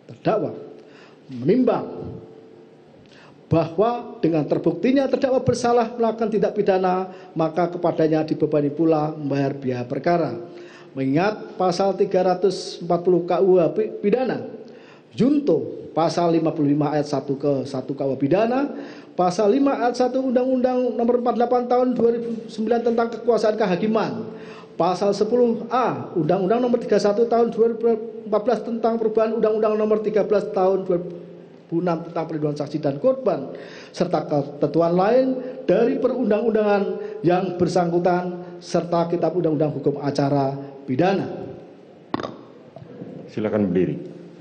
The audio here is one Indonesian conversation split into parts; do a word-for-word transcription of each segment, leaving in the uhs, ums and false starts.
terdakwa menimbang bahwa dengan terbuktinya terdakwa bersalah melakukan tindak pidana, maka kepadanya dibebani pula membayar biaya perkara. Mengingat pasal tiga ratus empat puluh K U H pidana, junto pasal lima puluh lima ayat satu ke satu K U H pidana, pasal lima ayat satu Undang-Undang Nomor empat puluh delapan Tahun dua ribu sembilan tentang kekuasaan kehakiman, pasal sepuluh A Undang-Undang Nomor tiga puluh satu Tahun dua ribu empat belas tentang perubahan Undang-Undang Nomor tiga belas Tahun dua ribu enam tentang perlindungan saksi dan korban, serta ketentuan lain dari perundang-undangan yang bersangkutan, serta kitab undang-undang hukum acara pidana. Silakan berdiri.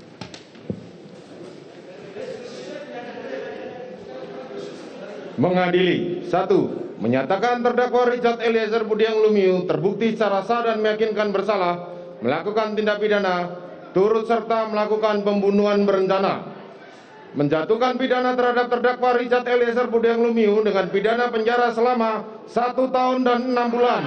Mengadili. Satu. Menyatakan terdakwa Richard Eliezer Budiang Lumiu terbukti secara sah dan meyakinkan bersalah melakukan tindak pidana turut serta melakukan pembunuhan berencana, menjatuhkan pidana terhadap terdakwa Richard Eliezer Budiang Lumiu dengan pidana penjara selama satu tahun dan enam bulan,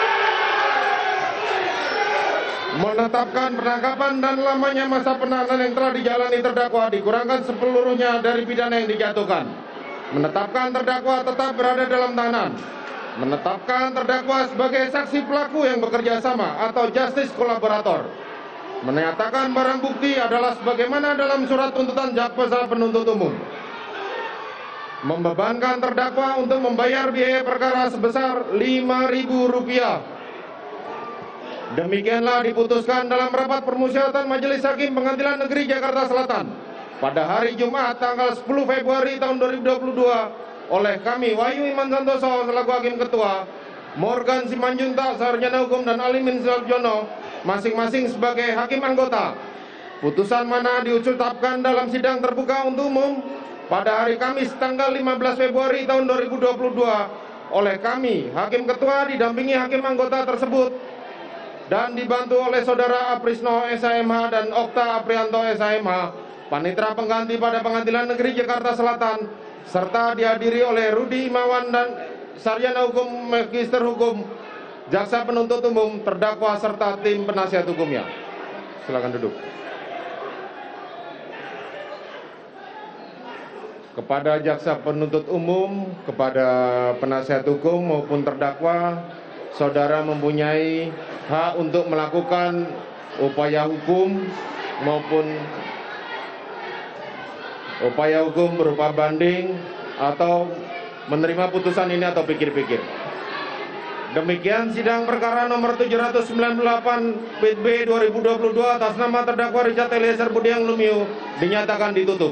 menetapkan penangkapan dan lamanya masa penahanan yang telah dijalani terdakwa dikurangkan sepeluruhnya dari pidana yang dijatuhkan, menetapkan terdakwa tetap berada dalam tahanan, menetapkan terdakwa sebagai saksi pelaku yang bekerja sama atau justice kolaborator, menyatakan barang bukti adalah sebagaimana dalam surat tuntutan jaksa penuntut umum, membebankan terdakwa untuk membayar biaya perkara sebesar lima ribu rupiah. Demikianlah diputuskan dalam rapat permusyawaratan Majelis Hakim Pengadilan Negeri Jakarta Selatan pada hari Jumat tanggal sepuluh Februari tahun dua ribu dua puluh dua oleh kami Wahyu Iman Santoso selaku Hakim Ketua, Morgan Simanjuntak Sarjana Hukum, dan Alimin Sarjono masing-masing sebagai hakim anggota. Putusan mana diucapkan dalam sidang terbuka untuk umum pada hari Kamis tanggal lima belas Februari tahun dua ribu dua puluh dua oleh kami Hakim Ketua didampingi hakim anggota tersebut dan dibantu oleh Saudara Aprisno S H M H dan Okta Aprianto S H M H, Panitera Pengganti pada Pengadilan Negeri Jakarta Selatan, serta dihadiri oleh Rudi Imawan dan Sarjana Hukum Magister Hukum, Jaksa Penuntut Umum, terdakwa serta tim penasihat hukumnya. Silakan duduk. Kepada Jaksa Penuntut Umum, kepada penasihat hukum maupun terdakwa, saudara mempunyai hak untuk melakukan upaya hukum maupun upaya hukum berupa banding atau menerima putusan ini atau pikir-pikir. Demikian sidang perkara nomor tujuh ratus sembilan puluh delapan P B dua ribu dua puluh dua atas nama terdakwa Richard Eliezer Budiang Lumiu dinyatakan ditutup.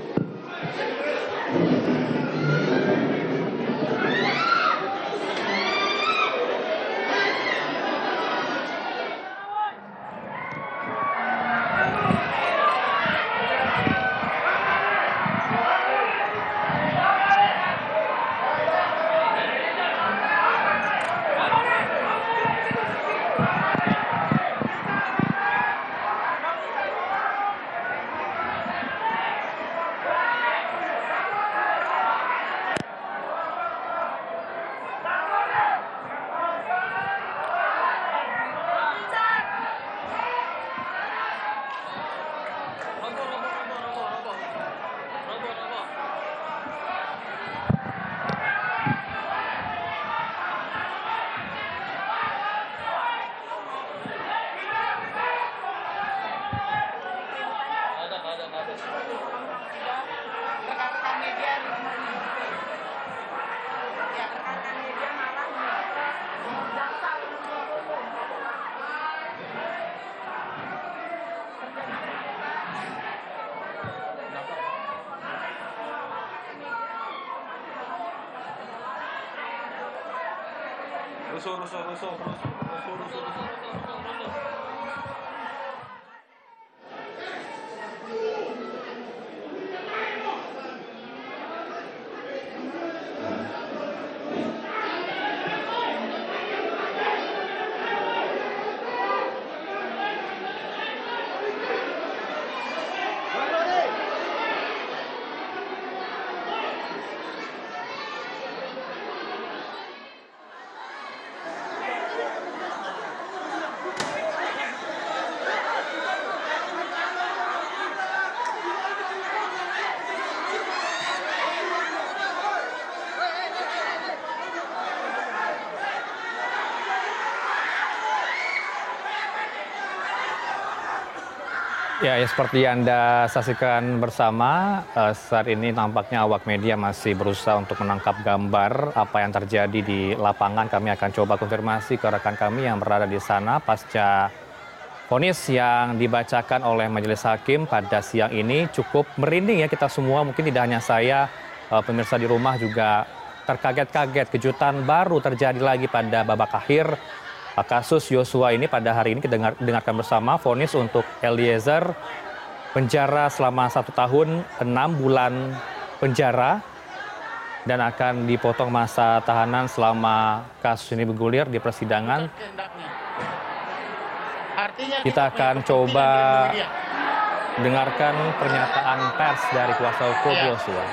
Rusuh, rusuh, rusuh, rusuh, rusuh, rusuh, rusuh. Ya, ya seperti yang Anda saksikan bersama, eh, saat ini tampaknya awak media masih berusaha untuk menangkap gambar apa yang terjadi di lapangan. Kami akan coba konfirmasi ke rekan kami yang berada di sana pasca vonis yang dibacakan oleh Majelis Hakim pada siang ini. Cukup merinding ya kita semua, mungkin tidak hanya saya, eh, pemirsa di rumah juga terkaget-kaget. Kejutan baru terjadi lagi pada babak akhir kasus Yosua ini. Pada hari ini kita dengar, dengarkan bersama vonis untuk Eliezer penjara selama satu tahun enam bulan penjara dan akan dipotong masa tahanan selama kasus ini bergulir di persidangan. Kita akan coba dengarkan pernyataan pers dari kuasa hukum Yosua.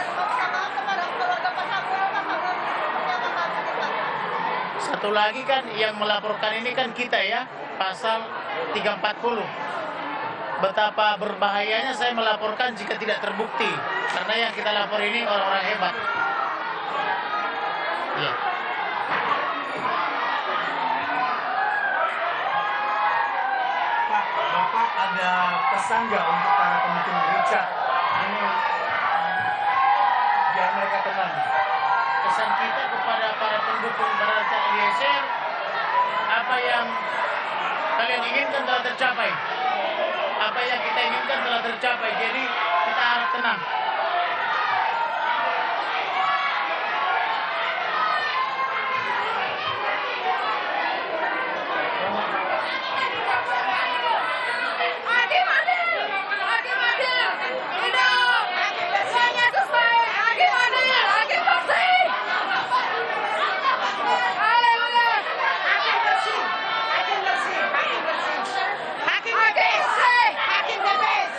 Satu lagi kan yang melaporkan ini kan kita ya, pasal tiga empat puluh. Betapa berbahayanya saya melaporkan jika tidak terbukti. Karena yang kita lapor ini orang-orang hebat. Ya. Pak, Bapak ada pesan nggak untuk para pendukung Richard? Ini biar mereka tenang. Pesan kita kepada para pendukung Barata Eliezer, apa yang kalian inginkan telah tercapai. Apa yang kita inginkan telah tercapai. Jadi kita harus tenang. Hakim adil, hakim adil, tidak, semuanya sesuai, hakim adil, hakim bersih. Hakim bersih, hakim bebas.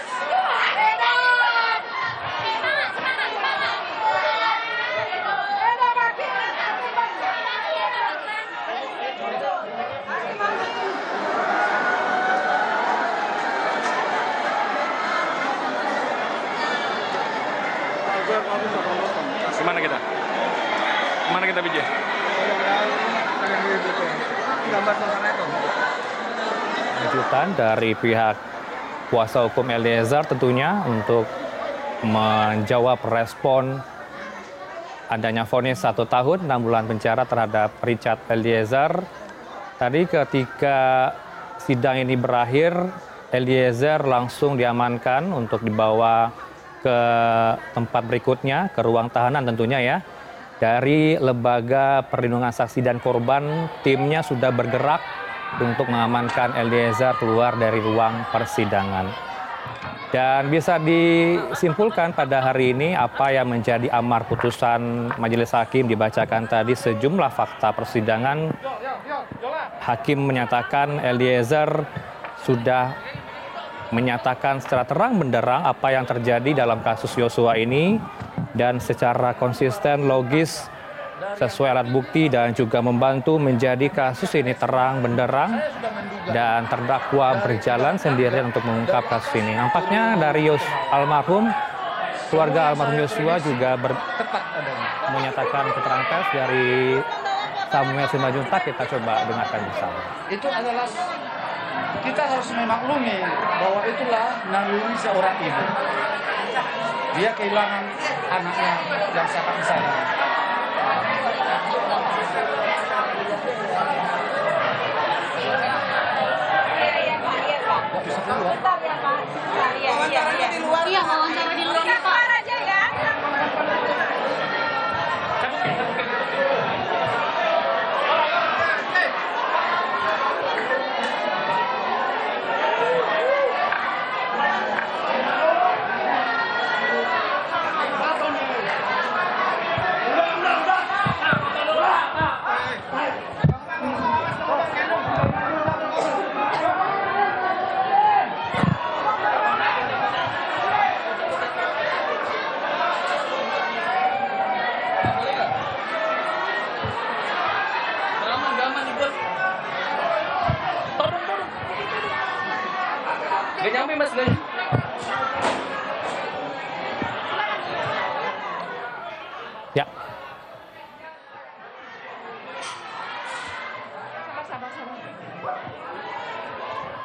Kemana kita? Kemana kita, Bijay? Kejutan dari pihak kuasa hukum Eliezer tentunya untuk menjawab respon adanya vonis satu tahun enam bulan penjara terhadap Richard Eliezer. Tadi ketika sidang ini berakhir, Eliezer langsung diamankan untuk dibawa ke tempat berikutnya, ke ruang tahanan tentunya ya. Dari Lembaga Perlindungan Saksi dan Korban, timnya sudah bergerak untuk mengamankan Eliezer keluar dari ruang persidangan. Dan bisa disimpulkan pada hari ini apa yang menjadi amar putusan Majelis Hakim dibacakan tadi sejumlah fakta persidangan. Hakim menyatakan Eliezer sudah menyatakan secara terang benderang apa yang terjadi dalam kasus Yosua ini dan secara konsisten, logis, sesuai alat bukti dan juga membantu menjadi kasus ini terang benderang dan terdakwa berjalan sendirian untuk mengungkap kasus ini. Nampaknya dari Yos almarhum, keluarga almarhum Yosua juga ber, menyatakan keterangan pers dari Samuel Simanjuntak. Kita coba dengarkan bersama. Itu adalah kita harus memaklumi bahwa itulah naluri seorang ibu. Dia kehilangan anaknya yang sangat disayang. Iya, wawancara di luar, Pak. Gak nyampe mas, gak. Ya.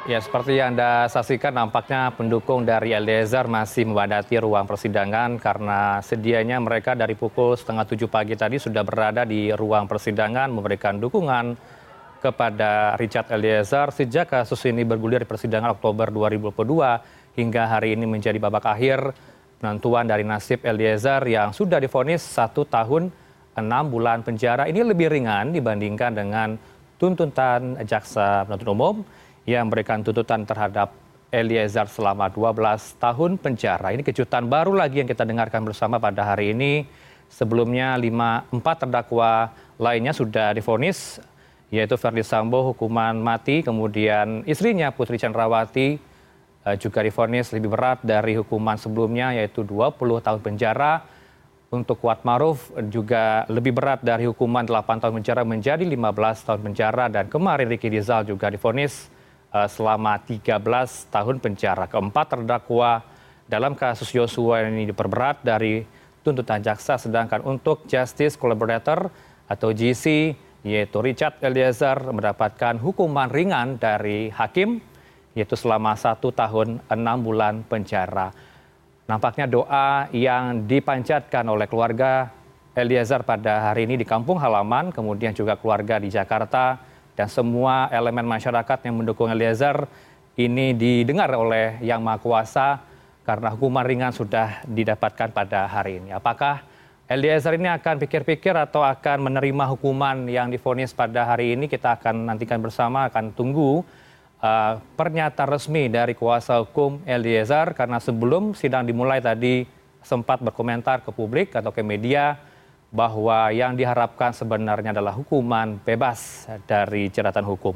Ya, seperti yang Anda saksikan, nampaknya pendukung dari Eliezer masih membadati ruang persidangan karena sedianya mereka dari pukul setengah tujuh pagi tadi sudah berada di ruang persidangan memberikan dukungan kepada Richard Eliezer sejak kasus ini bergulir di persidangan Oktober dua ribu dua puluh dua hingga hari ini menjadi babak akhir penentuan dari nasib Eliezer yang sudah divonis satu tahun enam bulan penjara. Ini lebih ringan dibandingkan dengan tuntutan jaksa penuntut umum yang memberikan tuntutan terhadap Eliezer selama dua belas tahun penjara. Ini kejutan baru lagi yang kita dengarkan bersama pada hari ini. Sebelumnya lima, empat terdakwa lainnya sudah divonis, yaitu Verdi Sambo hukuman mati, kemudian istrinya Putri Chandrawati juga divonis lebih berat dari hukuman sebelumnya, yaitu dua puluh tahun penjara. Untuk Kuat Maruf juga lebih berat dari hukuman delapan tahun penjara menjadi lima belas tahun penjara. Dan kemarin Ricky Rizal juga divonis selama tiga belas tahun penjara. Keempat terdakwa dalam kasus Yosua ini diperberat dari tuntutan jaksa, sedangkan untuk Justice Collaborator atau J C yaitu Richard Eliezer mendapatkan hukuman ringan dari hakim yaitu selama satu tahun enam bulan penjara. Nampaknya doa yang dipanjatkan oleh keluarga Eliezer pada hari ini di kampung halaman, kemudian juga keluarga di Jakarta, dan semua elemen masyarakat yang mendukung Eliezer ini didengar oleh Yang Maha Kuasa karena hukuman ringan sudah didapatkan pada hari ini. Apakah Eliezer ini akan pikir-pikir atau akan menerima hukuman yang divonis pada hari ini? Kita akan nantikan bersama, akan tunggu uh, pernyataan resmi dari kuasa hukum Eliezer, karena sebelum sidang dimulai tadi sempat berkomentar ke publik atau ke media bahwa yang diharapkan sebenarnya adalah hukuman bebas dari jeratan hukum.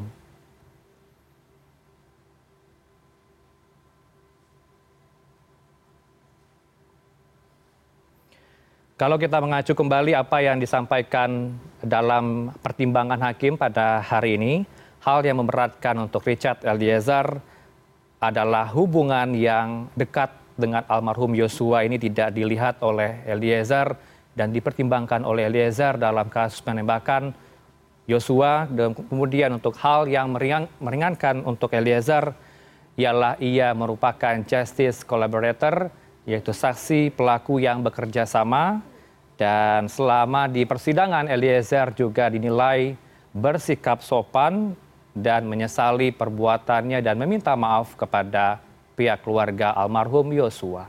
Kalau kita mengacu kembali apa yang disampaikan dalam pertimbangan hakim pada hari ini, hal yang memberatkan untuk Richard Eliezer adalah hubungan yang dekat dengan almarhum Yosua ini tidak dilihat oleh Eliezer dan dipertimbangkan oleh Eliezer dalam kasus penembakan Yosua. Dan kemudian untuk hal yang meringan, meringankan untuk Eliezer ialah ia merupakan justice collaborator, yaitu saksi pelaku yang bekerja sama. Dan selama di persidangan Eliezer juga dinilai bersikap sopan dan menyesali perbuatannya dan meminta maaf kepada pihak keluarga almarhum Yosua.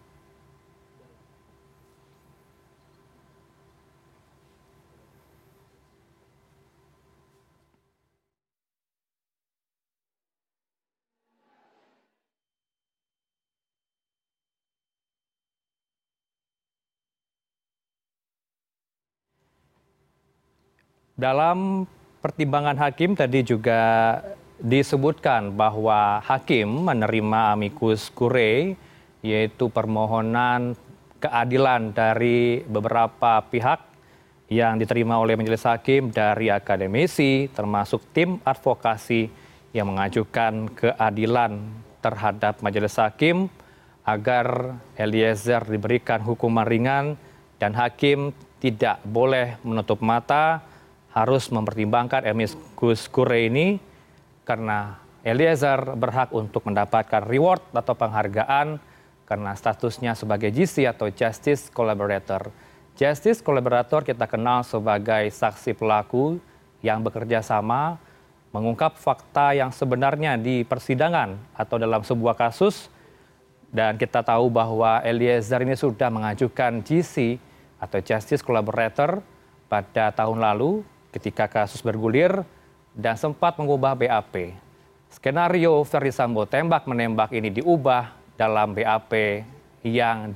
Dalam pertimbangan hakim tadi juga disebutkan bahwa hakim menerima amicus curiae, yaitu permohonan keadilan dari beberapa pihak yang diterima oleh majelis hakim dari akademisi, termasuk tim advokasi yang mengajukan keadilan terhadap majelis hakim agar Eliezer diberikan hukuman ringan dan hakim tidak boleh menutup mata, harus mempertimbangkan amicus curiae ini karena Eliezer berhak untuk mendapatkan reward atau penghargaan karena statusnya sebagai J C atau Justice Collaborator. Justice Collaborator kita kenal sebagai saksi pelaku yang bekerja sama mengungkap fakta yang sebenarnya di persidangan atau dalam sebuah kasus. Dan kita tahu bahwa Eliezer ini sudah mengajukan J C atau Justice Collaborator pada tahun lalu ketika kasus bergulir dan sempat mengubah B A P. Skenario Verdi Sambo tembak-menembak ini diubah dalam B A P yang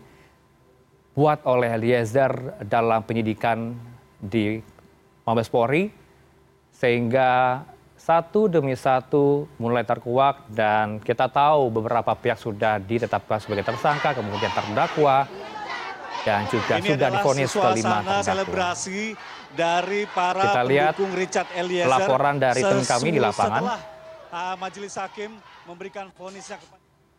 dibuat oleh Eliezer dalam penyidikan di Mabes Polri, sehingga satu demi satu mulai terkuak dan kita tahu beberapa pihak sudah ditetapkan sebagai tersangka, kemudian terdakwa, dan juga ini sudah divonis kelima terdakwa. Selebrasi dari para kita lihat pendukung Richard Eliezer laporan dari tim kami di lapangan. Setelah uh, majelis hakim memberikan vonisnya kepada...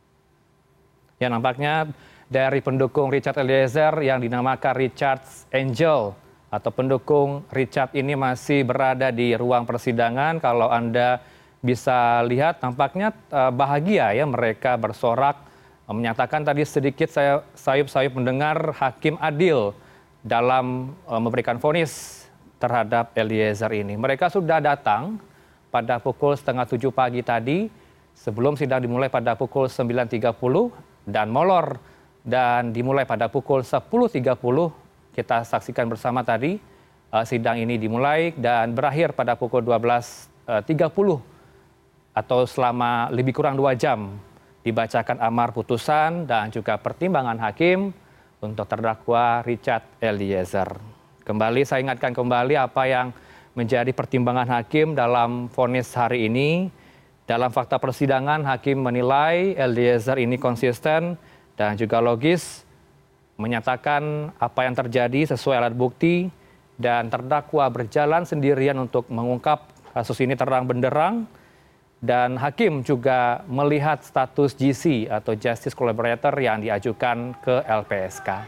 Ya, nampaknya dari pendukung Richard Eliezer yang dinamakan Richard Angel atau pendukung Richard ini masih berada di ruang persidangan. Kalau Anda bisa lihat tampaknya uh, bahagia ya mereka bersorak uh, menyatakan tadi sedikit saya sayup-sayup mendengar hakim adil dalam uh, memberikan vonis terhadap Eliezer ini. Mereka sudah datang pada pukul setengah tujuh pagi tadi sebelum sidang dimulai pada pukul sembilan tiga puluh dan molor dan dimulai pada pukul sepuluh tiga puluh. Kita saksikan bersama tadi uh, sidang ini dimulai dan berakhir pada pukul dua belas tiga puluh. Atau selama lebih kurang dua jam dibacakan amar putusan dan juga pertimbangan hakim untuk terdakwa Richard Eliezer. Kembali saya ingatkan kembali apa yang menjadi pertimbangan hakim dalam vonis hari ini. Dalam fakta persidangan hakim menilai Eliezer ini konsisten dan juga logis, menyatakan apa yang terjadi sesuai alat bukti dan terdakwa berjalan sendirian untuk mengungkap kasus ini terang benderang. Dan hakim juga melihat status G C atau Justice Collaborator yang diajukan ke L P S K.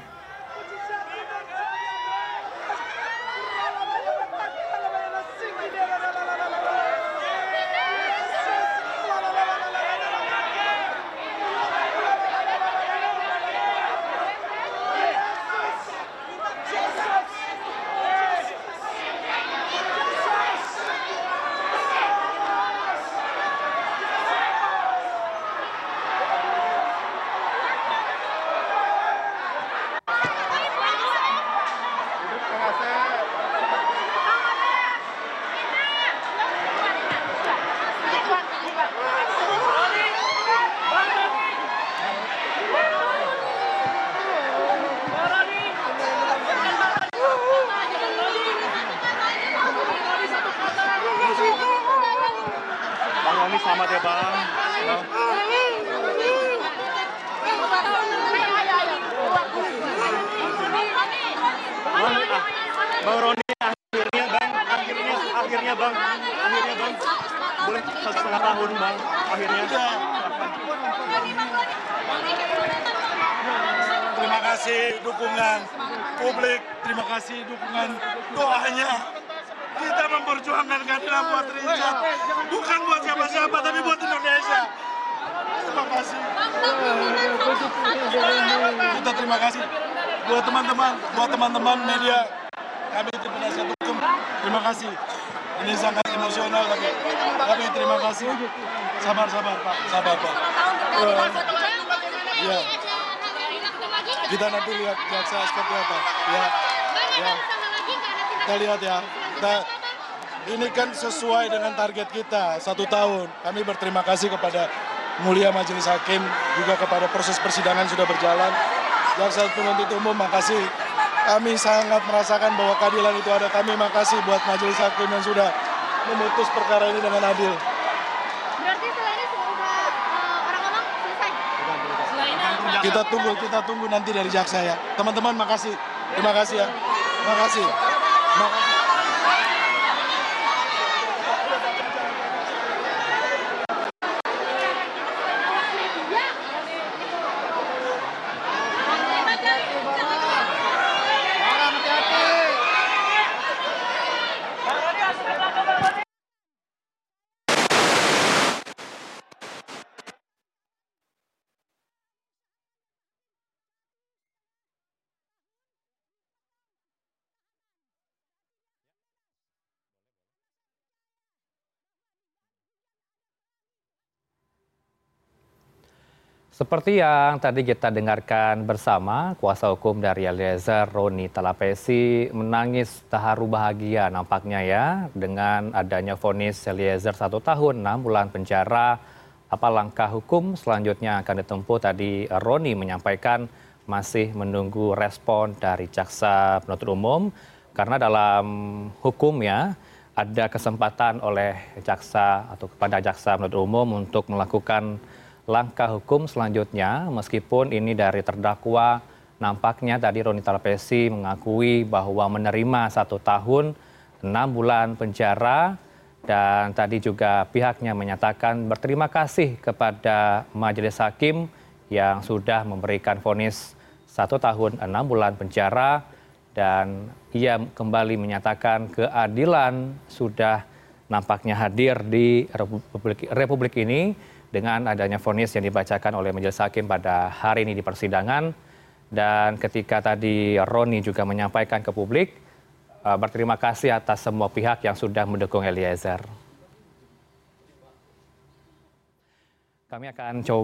Roni selamat ya Bang. Bang, Bang Roni akhirnya Bang, akhirnya akhirnya Bang, akhirnya Bang, boleh satu setengah tahun Bang, akhirnya. Terima kasih dukungan publik, terima kasih dukungan doanya. Kita memperjuangkan keadilan buat Richard, bukan buat siapa-siapa, tapi buat Indonesia. Terima kasih. Kita terima kasih buat teman-teman, buat teman-teman media. Kami tim penasihat hukum, terima kasih. Ini sangat emosional, tapi, tapi terima kasih. Sabar, sabar Pak, sabar Pak. Uh, ya. Kita nanti lihat jaksa seperti apa. Ya, ya. Kita lihat ya. Kita, ini kan sesuai dengan target kita satu tahun. Kami berterima kasih kepada mulia majelis hakim, juga kepada proses persidangan sudah berjalan. Jaksa penuntut umum, makasih. Kami sangat merasakan bahwa keadilan itu ada. Kami makasih buat majelis hakim yang sudah memutus perkara ini dengan adil. Berarti setelah ini sudah orang-orang selesai? Kita tunggu, kita tunggu nanti dari jaksa ya. Teman-teman makasih. Terima kasih ya. Makasih. Makasih. Seperti yang tadi kita dengarkan bersama, kuasa hukum dari Eliezer, Roni Talapesi, menangis terharu bahagia nampaknya ya dengan adanya vonis Eliezer satu tahun enam bulan penjara. Apa langkah hukum selanjutnya akan ditempuh? Tadi Roni menyampaikan masih menunggu respon dari jaksa penuntut umum karena dalam hukum ya ada kesempatan oleh jaksa atau kepada jaksa penuntut umum untuk melakukan langkah hukum selanjutnya, meskipun ini dari terdakwa, nampaknya tadi Roni Talapesi mengakui bahwa menerima satu tahun enam bulan penjara dan tadi juga pihaknya menyatakan berterima kasih kepada majelis hakim yang sudah memberikan vonis satu tahun enam bulan penjara dan ia kembali menyatakan keadilan sudah nampaknya hadir di Republik, Republik ini dengan adanya vonis yang dibacakan oleh Majelis Hakim pada hari ini di persidangan. Dan ketika tadi Roni juga menyampaikan ke publik uh, berterima kasih atas semua pihak yang sudah mendukung Eliezer. Kami akan coba